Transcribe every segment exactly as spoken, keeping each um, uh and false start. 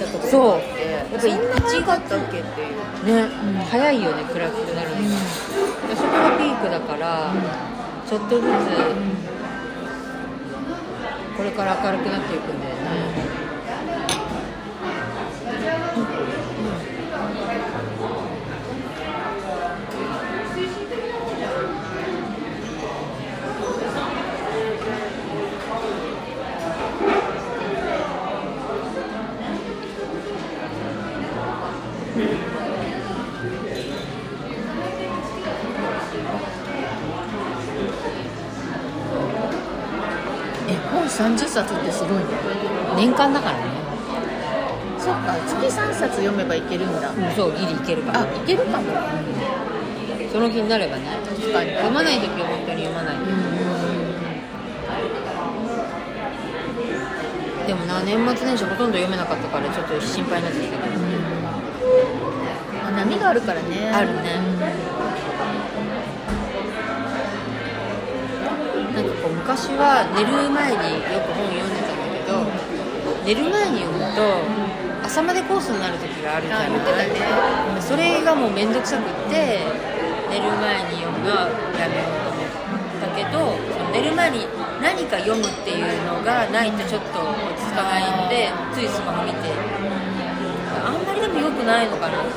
ちゃったことがあって、やっぱりそんな早かったっけっていうね、うん、早いよね暗くなるの、うん、そこがピークだから、うん、ちょっとずつ、うん、これから明るくなっていくんだよね、 さんじゅっさつってすごいね。 年間だからね。 そっか、月さんさつ読めばいけるんだ、うん、 そうギリいけるかも。 あ、いけるかも、うん、 その気になればね。 確かに読まないときは本当に読まない、うん、でもな年末年始ほとんど読めなかったからちょっと心配になってきたけど、うん、 波があるからね。 あるね、なんかこう昔は寝る前によく本読んでたんだけど、寝る前に読むと朝までコースになる時があるじゃない。ね、それがもうめんどくさくって寝る前に読むのはやめようと思ったけど、その寝る前に何か読むっていうのがないとちょっと落ち着かないのでついスマホ見て、あんまりでも良くないのかなと思って。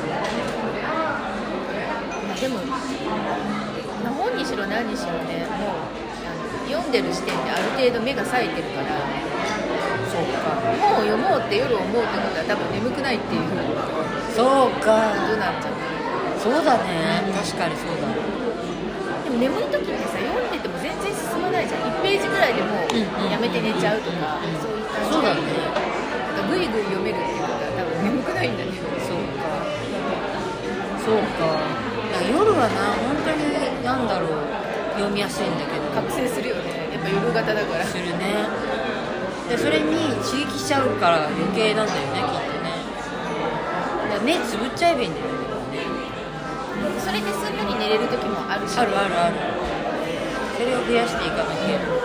でも本にしろ何にしろね、もう読んでる時点である程度目が冴えてるから、 そうか、 もう読もうって夜思うってことは多分眠くないっていう風にそうかことなんじゃない。 そうだね、うん、確かにそうだ。 でも眠い時ってさ、読んでても全然進まないじゃん。いちページぐらいでもうやめて寝ちゃうとか、うんうんうん、そういう感じ。 そうだね。 なんかグイグイ読めるっていうことは多分眠くないんだね。 そうかそうか。夜はな本当になんだろう読みやすいんだけど覚醒するよね。やっぱ夜型だから。 するね。でそれに刺激しちゃうから余計なんだよね、きっとね。だから目つぶっちゃえばいいんだよね。 それですんなり寝れる時もあるし、 あるあるある。それを増やしていかなきゃ。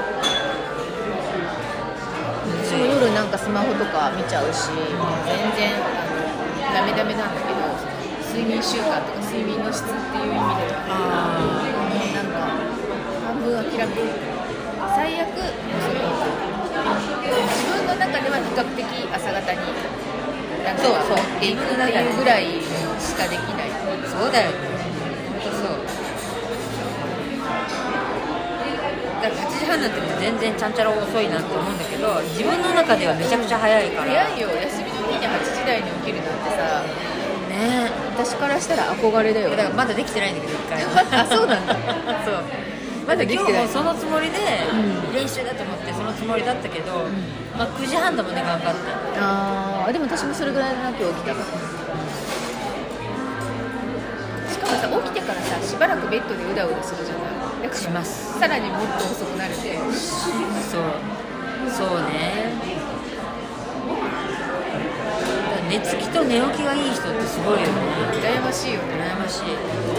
私も夜なんかスマホとか見ちゃうし、全然ダメダメなんだけど、睡眠習慣とか睡眠の質っていう意味では、なんか半分諦めてる。最悪その自分の中では比較的朝方になんか持っていくっていうぐらいしかできない。 そうだよね、本当そう。だからはちじはんなんて全然ちゃんちゃら遅いなって思うんだけど、自分の中ではめちゃくちゃ早いから。 早いよ。休みの日にはちじ台に起きるなんてさね、 私からしたら憧れだよ。 だからまだできてないんだけど一回あ、そうなんだそうまだできてない。今日もそのつもりで練習だと思ってそのつもりだったけど、うん、まあ、くじはんだもんね、頑張って。 ああ、でも私もそれぐらいのなく起きたから。しかもさ、起きてからさしばらくベッドでうだうだするじゃない。だからします。 さらにもっと遅くなるで。 そうそうね。寝つきと寝起きがいい人ってすごいよね。 羨ましいよね。 羨ましい。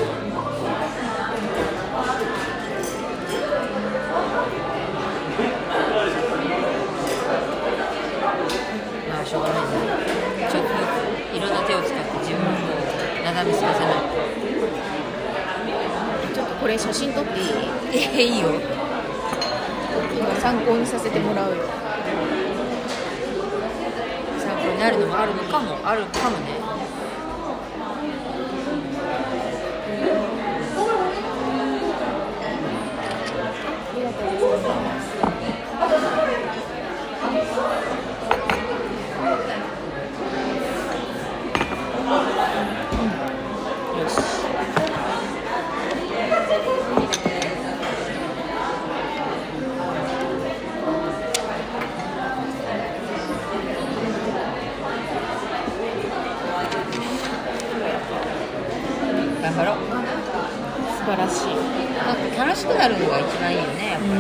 まあしょうがないね。ちょっといろんな手を使って自分をなだめすかせない。 ちょっとこれ写真撮っていい？ えー、いいよ。 今参考にさせてもらうよ。 参考になるのもあるのかも、あるかもね。 ありがとうございます。 よし。頑張ろう。 素晴らしい。 なんか楽しくなるのが一番いいよね、やっぱり。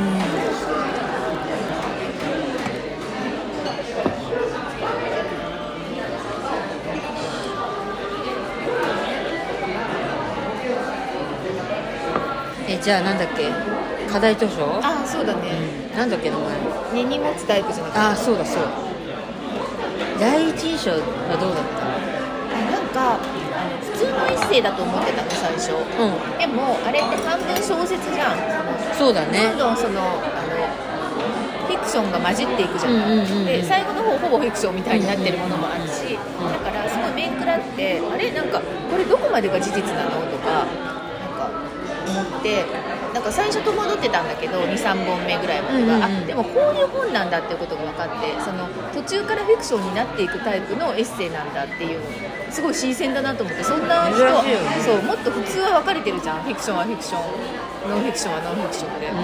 え、じゃあなんだっけ、課題図書？ あ、そうだね、 うん、なんだっけ名前。 根に持つタイプじゃなくて。 あ、そうだそう。 第一印象はどうだった？ なんかあの普通のエッセイだと思ってたの最初、 うん、 でもあれって半分小説じゃん。 そうだね。 どんどんそのあのフィクションが混じっていくじゃない、うんうんうんうん、で最後の方ほぼフィクションみたいになってるものもあるし、うんうん、だからすごい面食らってあれなんかこれどこまでが事実なのとかなんか思ってなんか最初戸惑ってたんだけど にさんぼんめぐらいまでが、うんうんうん、あでもこういう本なんだっていうことが分かってその途中からフィクションになっていくタイプのエッセイなんだっていうのすごい新鮮だなと思ってそんな人、ね、そうもっと普通は分かれてるじゃんフィクションはフィクションノンフィクションはノンフィクションで、うん、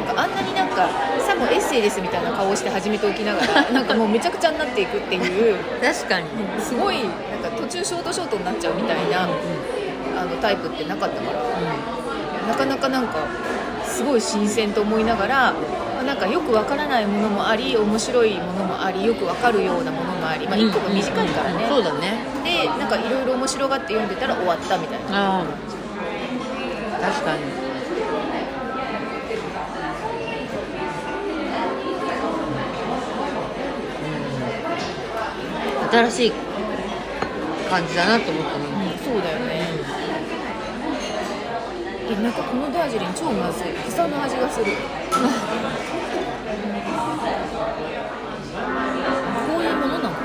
なんかあんなになんかさもエッセイですみたいな顔をして始めておきながらなんかもうめちゃくちゃになっていくっていう確かにすごいなんか途中ショートショートになっちゃうみたいな、うん、あのタイプってなかったから、うん、なかなかなんかすごい新鮮と思いながらなんかよくわからないものもあり面白いものもありよくわかるようなものもあり、まあ、いっこが短いからね、 うんうんうん、そうだねでなんかいろいろ面白がって読んでたら終わったみたいな。 あ確かに新しい感じだなと思ったの、 うん、そうだよね。えなんかこのダージリン超まずい草の味がするこういうものなの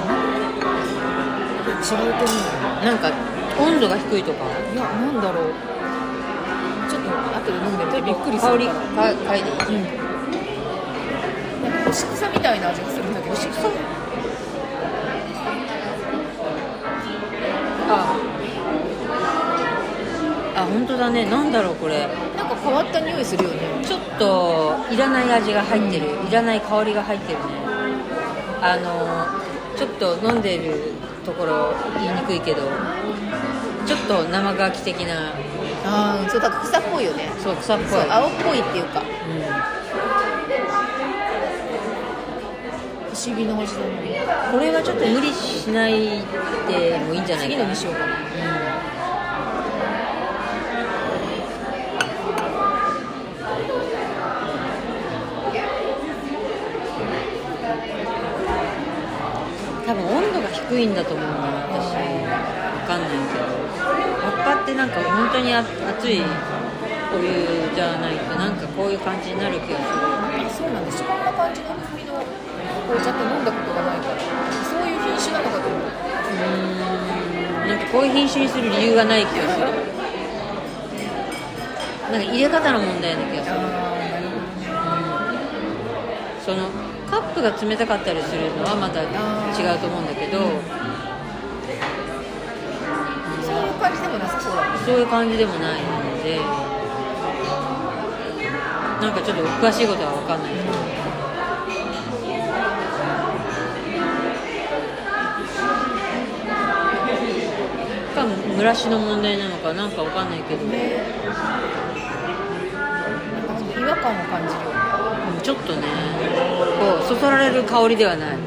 違うと思う。 なんか温度が低いとかいやなんだろうちょっと後で飲んでみてびっくりする香り嗅いでいい、うん、 なんか干し草みたいな味がするんだけど干し草ああ本当だね。なんだろうこれなんか変わった匂いするよね。 ちょっといらない味が入ってる、うん、いらない香りが入ってるね。あのちょっと飲んでるところ言いにくいけどちょっと生乾き的なあそうだから草っぽいよね。 そう草っぽいそう青っぽいっていうか、うん、不思議な味だね。 これはちょっと無理しないでもいいんじゃないかな。 次のにしようかな、うん、 多分温度が低いんだと思うな私。わかんないけど葉っぱってなんか本当に熱いお湯じゃないとなんかこういう感じになる気がする。 あそうなんです。こんな感じの風味の紅茶って飲んだことがないからそういう品種なのかと思う。 うーんなんかこういう品種にする理由がない気がする。なんか入れ方の問題な気がする。あなるほど、うん、そのカップが冷たかったりするのはまた違うと思うんだけど、うん、 そういう感じでもなさそうだね。 そういう感じでもないのでなんかちょっと詳しいことは分かんないけど、うん、蒸らしの問題なのかなんか分かんないけど、ね、 なんか違和感を感じるよね。 うん、ちょっとねこうそそられる香りではない。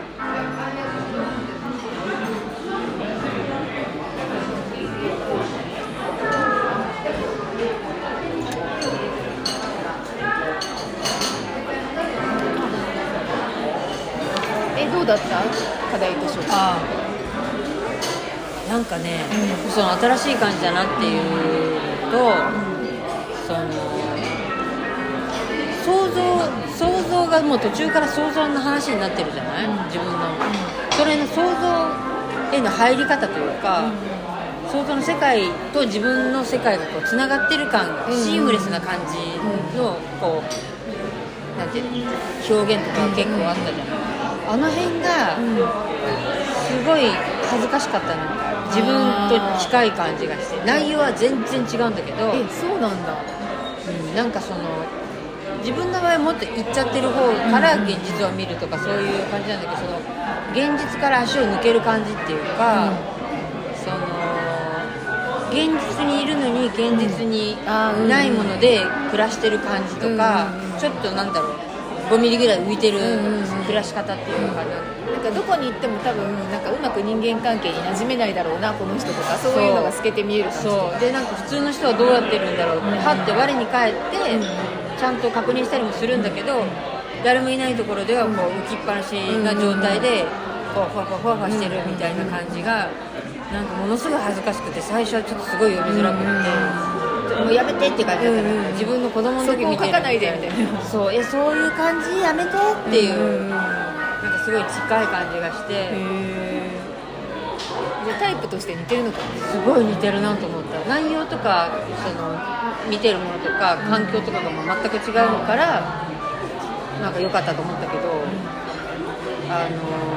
えどうだった課題図書。 あなんかね、うん、その新しい感じだなっていうのと、うん、その想像想像がもう途中から想像の話になってるじゃない、うん、自分の、うん、それの想像への入り方というか、うん、想像の世界と自分の世界がこうつながってる感、うん、シームレスな感じのこうなんていうの表現とか結構あったじゃない、あの辺がすごい恥ずかしかったの。自分と近い感じがして内容は全然違うんだけど。 えそうなんだ、 うん、なんかその自分の場合もっと行っちゃってる方から現実を見るとかそういう感じなんだけど、その現実から足を抜ける感じっていうか、うん、その現実にいるのに現実にないもので暮らしてる感じとか、うん、ちょっとなんだろうごミリぐらい浮いてる暮らし方っていうのかな、 なんかどこに行っても多分なんかうまく人間関係に馴染めないだろうなこの人とかそういうのが透けて見える感じ。 そうでなんか普通の人はどうやってるんだろうって、うん、はって我に返って、うん、ちゃんと確認したりもするんだけど、うん、誰もいないところではこう浮きっぱなしな状態でここうふわふわふわふわしてるみたいな感じがなんかものすごい恥ずかしくて、最初はちょっとすごい読みづらくて、もうやめてって感じだったから、自分の子供の時見てるみたいな、そこを書かないでみたいな、そうえそういう感じやめてっていう、なんかすごい近い感じがして、 でタイプとして似てるのかな。 すごい似てるなと思った。内容とかその見てるものとか環境とかがもう全く違うのからなんか良かったと思ったけど、あの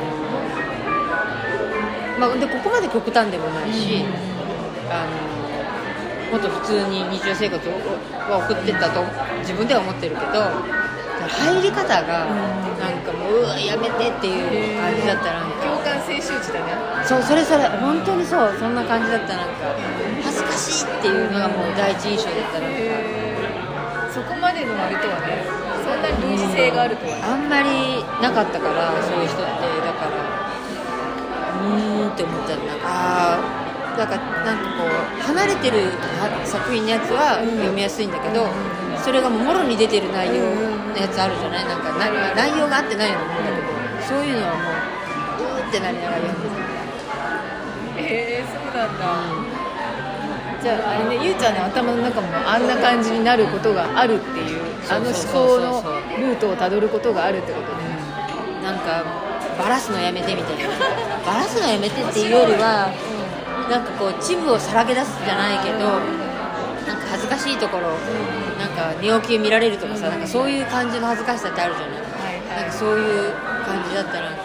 ー、まあでここまで極端でもないし、あのー、もっと普通に日常生活を送ってたと自分では思ってるけど、入り方がなんかもううわやめてっていう感じだったら、 共感性周知だね。 そうそれそれ本当にそうそんな感じだった。なんか恥ずかしいっていうのがもう第一印象だった。なんかそこまでの割とはね、そんなに類似性があるとは、ね、 あんまりなかったから、そういう人って。だからうーんって思ったら、なんかあーだからなんかこう離れてる作品のやつは読みやすいんだけど、それがもろに出てる内容のやつあるじゃない。なんかな内容が合ってないようなもんだけど、そういうのはもううーってなりながら読んでた。 えー、そうなんだ、うん、じゃああれね、ゆうちゃんの頭の中もあんな感じになることがあるっていう、あの思考のルートをたどることがあるってことね、 うん、なんかバラすのやめてみたいなバラすのやめてっていうよりは、うん、なんかこうチブをさらけ出すじゃないけど、なんか恥ずかしいところ、なんか寝起き見られるとかさ、なんかそういう感じの恥ずかしさってあるじゃない、はいはい、なんかそういう感じだったらなんか、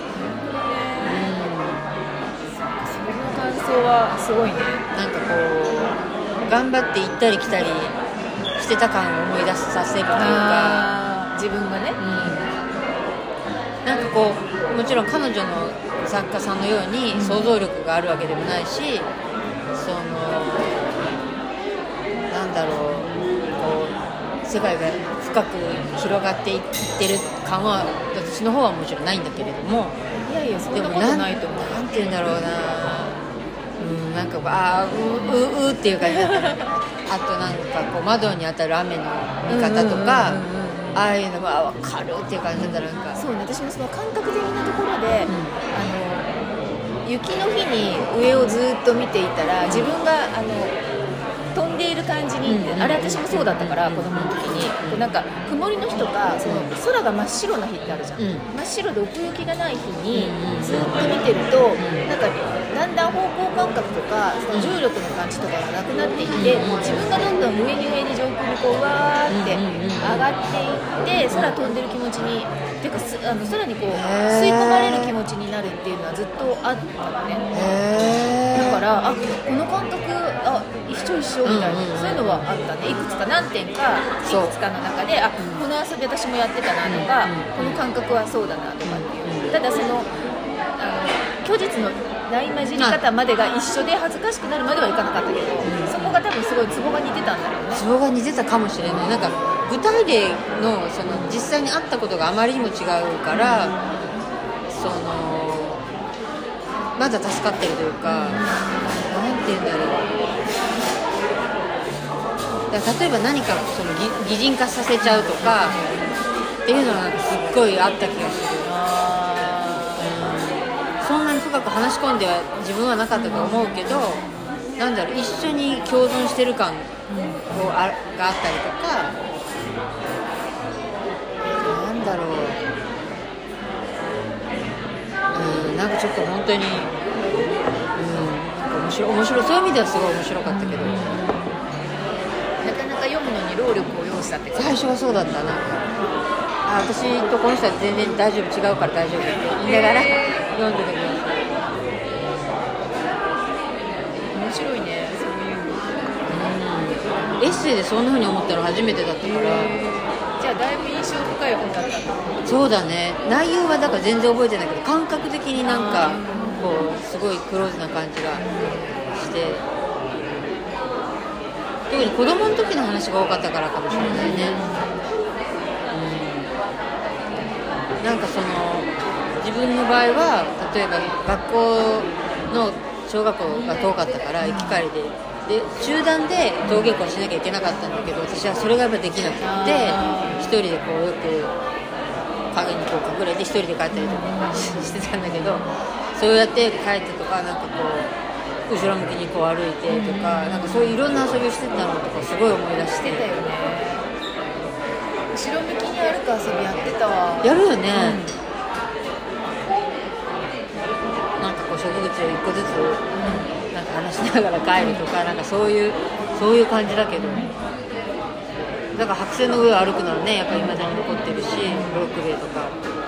それの感想はすごいね。 なんかこう頑張って行ったり来たりしてた感を思い出させるというか、 自分がね、 うん、なんかこうもちろん彼女の作家さんのように想像力があるわけでもないし、そのなんだろう、こう世界が深く広がっていってる感は私の方はもちろんないんだけれども、 いやいやそんなことないと思う。 なんて言うんだろうな、うん、なんかあーうううっていう感じだった。あとなんかこう窓に当たる雨の見方とか、ああいうのが分かるっていう感じだったら、なんかそうね、私もその感覚的なところで、うん、あの雪の日に上をずっと見ていたら、自分があの飛んでいる感じに、うん、あれ私もそうだったから、子供の時にこうなんか曇りの日とか、その空が真っ白な日ってあるじゃん、うん、真っ白で奥行きがない日にずっと見てると、なんかだんだん方向感覚とかその重力の感じとかがなくなっていって、自分がどんどん上に上に上空にこううわーって上がっていって、空飛んでる気持ちにてかすあの空にこう吸い込まれる気持ちになるっていうのはずっとあったのね。だからあこの感覚あ一緒一緒みたいな、うんうんうん、そういうのはあったね。いくつか何点かいくつかの中で、あこの遊び私もやってたなとか、うんうん、この感覚はそうだなとかっていう、ただそのあの虚実のない混じり方までが一緒で恥ずかしくなるまではいかなかったけど、うん、そこが多分すごいツボが似てたんだろうね。 ツボが似てたかもしれない。なんか具体例のその実際にあったことがあまりにも違うから、うん、そのまだ助かってるというか、うん、なんていうんだろう、だから例えば何かその擬人化させちゃうとかっていうのはなんかすっごいあった気がする。そんなに深く話し込んでは自分はなかったと思うけど、なんだろう、一緒に共存してる感こうあがあったりとか、なんだろう、うん、なんかちょっと本当に、うん、なんか面白い、面白い、そういう意味ではすごい面白かったけど、うん、なかなか読むのに労力を要したって感じ。 最初はそうだった。なんかあ私とこの人は全然大丈夫、違うから大丈夫って言いながら、えー読んでたけど、 面白いね、そういうの、 うん、エッセイでそんな風に思ったの初めてだったから、 じゃあだいぶ印象深い本だった。 そうだね、内容はだから全然覚えてないけど、感覚的になんかこうすごいクローズな感じがして、特に子供の時の話が多かったからかもしれないね、うん、なんかその自分の場合は例えば学校の小学校が遠かったから行き帰りでで集団で登下校しなきゃいけなかったんだけど、私はそれがやっぱできなくて一人でこうよく影にこう隠れて一人で帰ったりとかしてたんだけど、そうやって帰ってとかなんかこう後ろ向きにこう歩いてとか、なんかそういういろんな遊びをしてたのとかすごい思い出して。 たよね。後ろ向きに歩く遊びやってたわ。 やるよね、うん、なんかこう植物を一個ずつ、うん、なんか話しながら帰るとか、なんかそういうそういう感じだけど、だから白線の上を歩くのはねやっぱり未だに残ってるし、ブロック塀とか、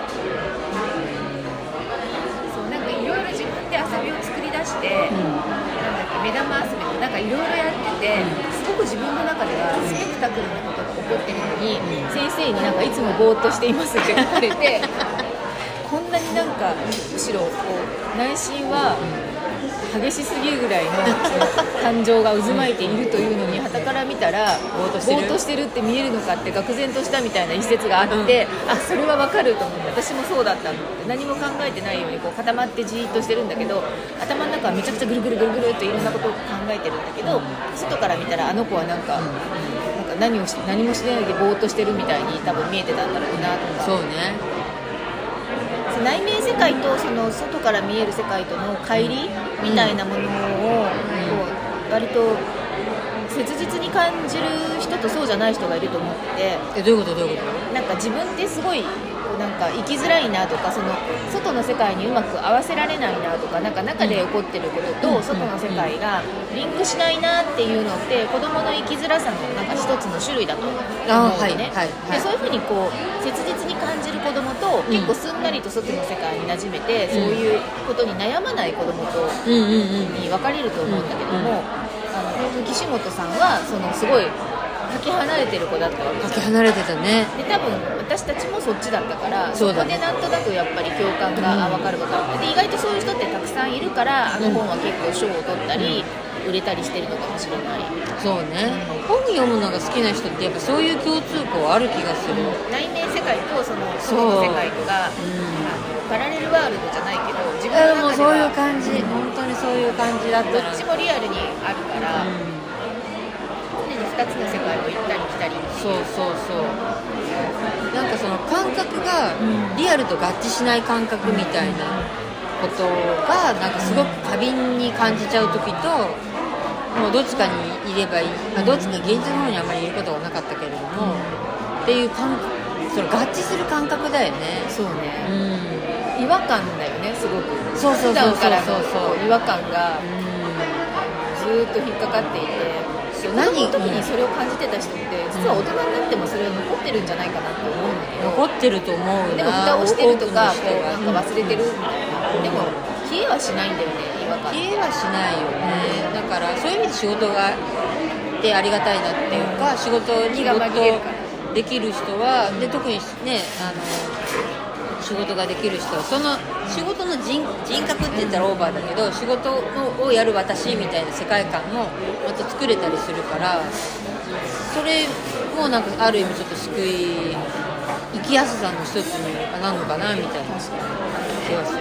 そうなんかいろいろ自分で遊びを作り出して、うん、なんだっけ目玉遊びとかなんかいろいろやってて、すごく自分の中ではスペクタクルなことが起こってるのに、うん、先生になんかいつもぼーっとしていますって言われてこんなになんかむしろこう内心は激しすぎるぐらいの感情が渦巻いているというのに、傍から見たらぼーっとしてる、ぼーっとしてるって見えるのかって愕然としたみたいな一節があって、うん、あそれは分かると思って、私もそうだったのって何も考えてないようにこう固まってじーっとしてるんだけど、頭の中はめちゃくちゃぐるぐるぐるぐるっといろんなことを考えてるんだけど、外から見たらあの子はなんか、うん、なんか何をし何もしてないでぼーっとしてるみたいに多分見えてたんだろうなとか。 そうね、 内面世界とその外から見える世界との乖離みたいなものをこう割と切実に感じる人とそうじゃない人がいると思って。 え、どういうことどういうこと？ なんか自分ってすごいなんか生きづらいなとか、その外の世界にうまく合わせられないなとか、なんか中で起こってることと外の世界がリンクしないなっていうのって子供の生きづらさのなんか一つの種類だと思うのね。でそういうふうにこう切実に感じる子供と、結構すんなりと外の世界に馴染めて、そういうことに悩まない子供とに分かれると思うんだけども、あの岸本さんはそのすごいかけ離れてる子だったわけじゃん。 かけ離れてたね。 で多分私たちもそっちだったから、 そうだね、 そこでなんとなくやっぱり共感が、うん、分かる分かるで、意外とそういう人ってたくさんいるから、あの本は結構賞を取ったり、うん、売れたりしてるのかもしれない。 そうね、うん、本読むのが好きな人ってやっぱそういう共通項ある気がする、うん、 内面世界とその外の世界とが、うん、あのパラレルワールドじゃないけど自分の中ではもうそういう感じ、うん、本当にそういう感じだったらどっちもリアルにあるから、うんふたつの世界を行ったり来たり。 そうそうそう、なんかその感覚がリアルと合致しない感覚みたいなことがなんかすごく過敏に感じちゃう時と、もうどっちかにいればいい、まあ、どっちか現実の方にあまりいることはなかったけれども、っていう感覚、その合致する感覚だよね。 そうね、うん、違和感だよね、すごく。 そうそうそうそうそう、 普段からの違和感が、うん、ずっと引っかかっていて、何の時にそれを感じてた人って実は大人になってもそれは残ってるんじゃないかなって思うんだけど、 残ってると思うな。 でも蓋をしてるとかこうなんか忘れてるみたいな、でも消えはしないんだよね、違和感。 消えはしないよね。だからそういう意味で仕事がでありがたいなっていうか、仕事に仕事できる人はで、特にね、あの仕事ができる人はその仕事の 人, 人格って言ったらオーバーだけど、仕事のをやる私みたいな世界観もまた作れたりするから、それもなんかある意味ちょっと救い、生きやすさの一つになるのかなみたいな気がする。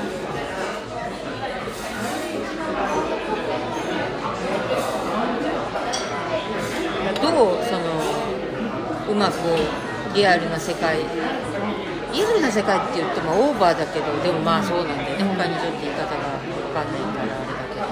どうそのうまくリアルな世界、リアルな世界って言ってもオーバーだけど、でもまあそうなんだよね、他にちょっと言い方が分かんないからあれだけ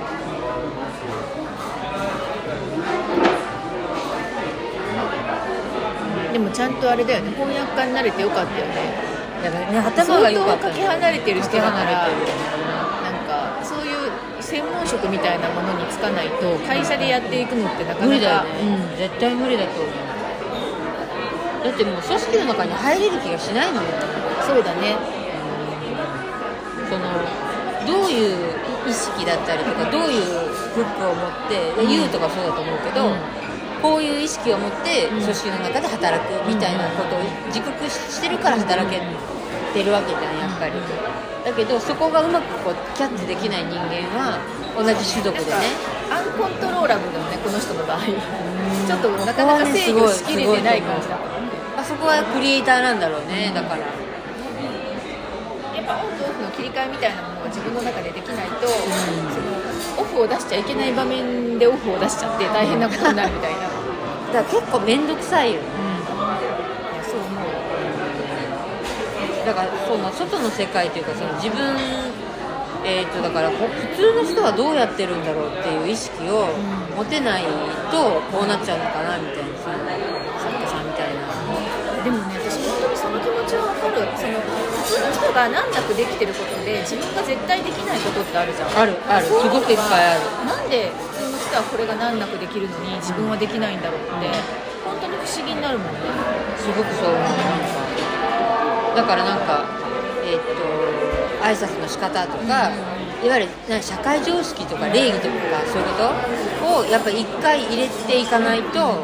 ど、でもちゃんとあれだよね、翻訳家になれてよかったよね。 だからね、頭が良かった、 相当かけ離れてる人だから、なんかそういう専門職みたいなものに就かないと会社でやっていくのってなかなか無理だよね、うん、絶対無理だと思う。だってもう組織の中に入れる気がしないのよ。 そうだね、 そのどういう意識だったりとか、どういうフックを持って、うん、言うとかそうだと思うけど、うん、こういう意識を持って組織の中で働くみたいなことを自覚してるから働けてるわけじゃん、やっぱり。だけどそこがうまくこうキャッチできない人間は同じ種族でね、 アンコントローラブルだよね、この人の場合。ちょっとなかなか制御しきれてない感じだった。 あそこはクリエイターなんだろうね、だからやっぱオンとオフの切り替えみたいなものが自分の中でできないと、うん、そのオフを出しちゃいけない場面でオフを出しちゃって大変なことになるみたいなだから結構面倒くさいよね、 うん、いやそう思う。 だからその外の世界というかその自分えー、とだから普通の人はどうやってるんだろうっていう意識を持てないとこうなっちゃうのかなみたいな、その作家さんみたいな。 でもね、私本当にその気持ちは分かる。その普通の人が難なくできてることで自分が絶対できないことってあるじゃん。 あるある、すごくいっぱいある。 なんで普通の人はこれが難なくできるのに自分はできないんだろうって、うん、本当に不思議になるもんね。 すごくそう思う。なんかだからなんかえー、っと挨拶の仕方とか、うん、いわゆる社会常識とか礼儀とかそういうことをやっぱり一回入れていかないと、うん、あの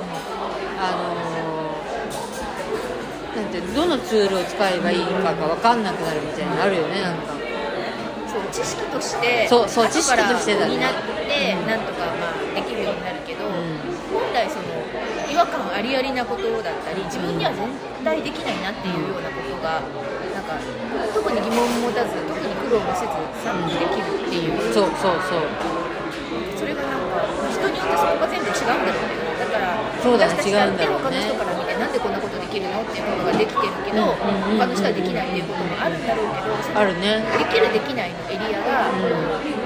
なんてどのツールを使えばいいかが分かんなくなるみたいなのあるよね。なんかそう知識としてそうそう知識としてだね。 になってなんとかまあできるようになるけど、うん、本来その違和感ありありなことだったり自分には絶対できないなっていうようなことがなんか特に疑問を持たず特に苦労もせずさっきできるっていう、 うん、そうそうそうそれがなんか人によってそこが全部違うんだろうね。だからそうだね、 私たちだって他の人から見てなんでこんなことできるのっていうことができてるけど、うん、他の人はできないっていうこともあるんだろうけど、 あるね、 できるできないのエリアが、うん、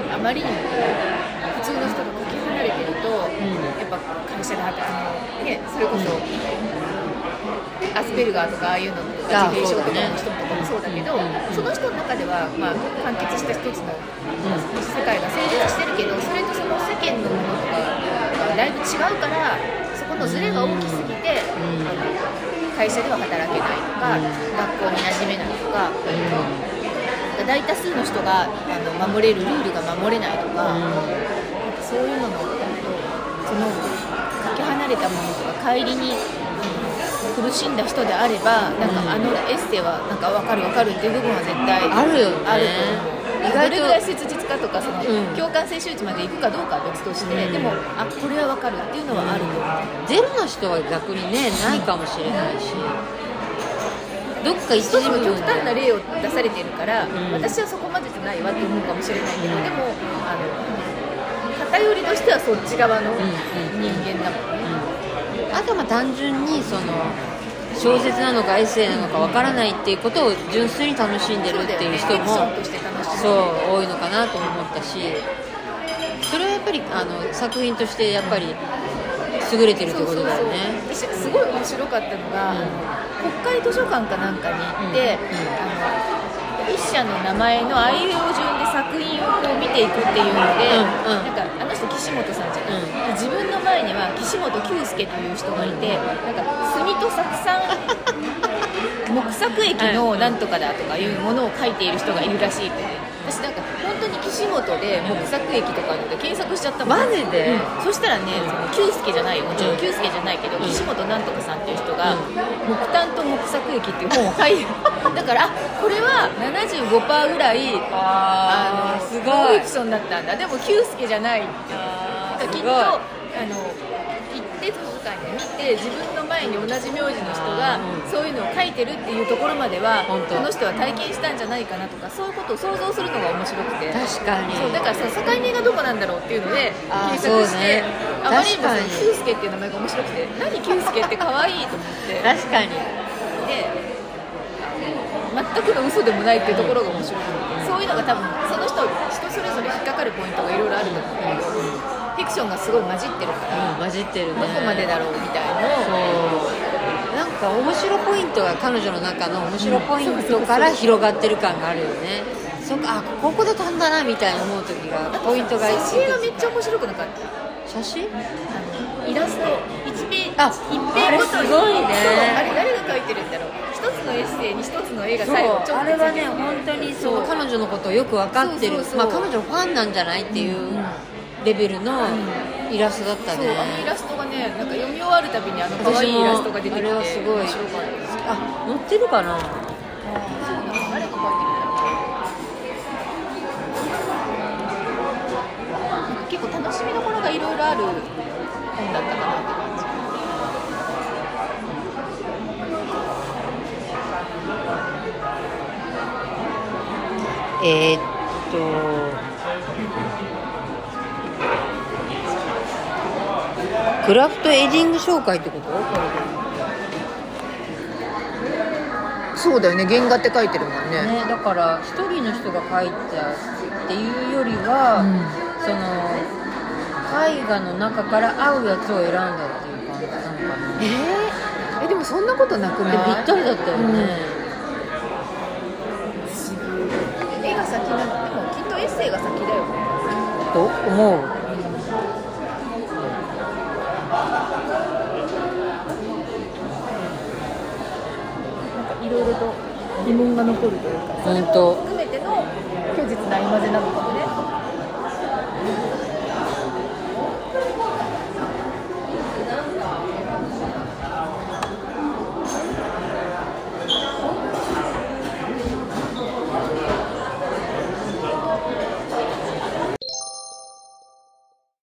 あまりにも普通の人とかけ離れてると、うん、やっぱ会社で働くのね、それこそ、うん、アスペルガーとかああいうのとか自閉症とかの人とかもそうだけど、その人の中では、まあ、完結した一つの世界が成立してるけど、それとその世間のものとかがだいぶ違うからそこのズレが大きすぎて、うん、会社では働けないとか、うん、学校に馴染めないとか、うん、大多数の人があの守れるルールが守れないとか、うん、そういうののそのかけ離れたものとか帰りに苦しんだ人であればなんかあのエッセイはなんか分かる分かるっていう部分は絶対あるよね。 あると思う。意外とどれぐらい切実かとかその、うん、共感性周知までいくかどうかは別として、うん、でもあこれは分かるっていうのはあると思う。 ゼロの人は逆にねないかもしれないし、どっか一つの極端な例を出されてるから、うん、私はそこまでじゃないわって思うかもしれないけど、うん、でもあの偏りとしてはそっち側の人間だもんね。 うんうん、あとは単純にその小説なのかエッセイなのかわからないっていうことを純粋に楽しんでるっていう人もそう多いのかなと思ったし、それはやっぱりあの作品としてやっぱり優れてるってことだよね。 そうそうそう、私すごい面白かったのが、うん、あの国会図書館かなんかに行って、うんうん、あの筆者の名前のあいうえお順で作品をこう見ていくっていうので、うんうん、なんかあの人岸本さんじゃない、うん、自分の前には岸本久介という人がいて、なんか墨と酢酸木作液のなんとかだとかいうものを書いている人がいるらしいって、ね、私なんか本当に岸本で木作液とかで検索しちゃったもん。 マジで、 うん、そしたらね、その久介じゃないよ、もちろん久介じゃないけど、うん、岸本なんとかさんっていう人が、うん、木炭と木作液っていう本を書いてだからあこれは ななじゅうごパーセント ぐらいあのすごいノンフィクションだったんだ。でも久介じゃないってきっとあの行って図書館に見て自分の前に同じ名字の人がそういうのを書いてるっていうところまではこの人は体験したんじゃないかなとか、そういうことを想像するのが面白くて、 確かにそうだからその境目がどこなんだろうっていうので検索して、ね、あまりにも久介っていう名前が面白くて、何久介って可愛いと思って確かにで全くの嘘でもないっていうところが面白くて、そういうのが多分その人人それぞれ引っかかるポイントがいろいろあると思うんだけど、フィクションがすごい混じってるから、 うん、混じってるね、 どこまでだろうみたいなのをそうなんか面白ポイントが彼女の中の面白ポイントから広がってる感があるよね。そっか、あここで飛んだなみたいな思う時がポイントが写真がめっちゃ面白くなかった。 写真あのイラストいちページあいちページごとにすごいね。 あれ誰が描いてるんだろう。一つのエッセイに一つの絵が最後ちょっとあれはね本当にその彼女のことをよく分かってる、まあ、彼女のファンなんじゃないっていうレベルのイラストだったね。 そうあのイラストがねなんか読み終わるたびにあの可愛いイラストが出てきて、あれはすごい面白かったです。 あ載ってるかな。あそうなの、誰が描いてるんだろう。結構楽しみどころがいろいろある本だったかなって感じ。 えー、っとクラフトエディング紹介ってこと？ そそうだよね、原画って書いてるもんね。 ね、だから一人の人が描いたっていうよりは、うん、その絵画の中から合うやつを選んだっていう感じなのかな。 えー、えでもそんなことなくない？ ぴったりだったよね、 うん、絵が先なの。でもきっとエッセイが先だよと思う。 いろいろと疑問が残るというか、それも含めての虚実の合間でなのかもね。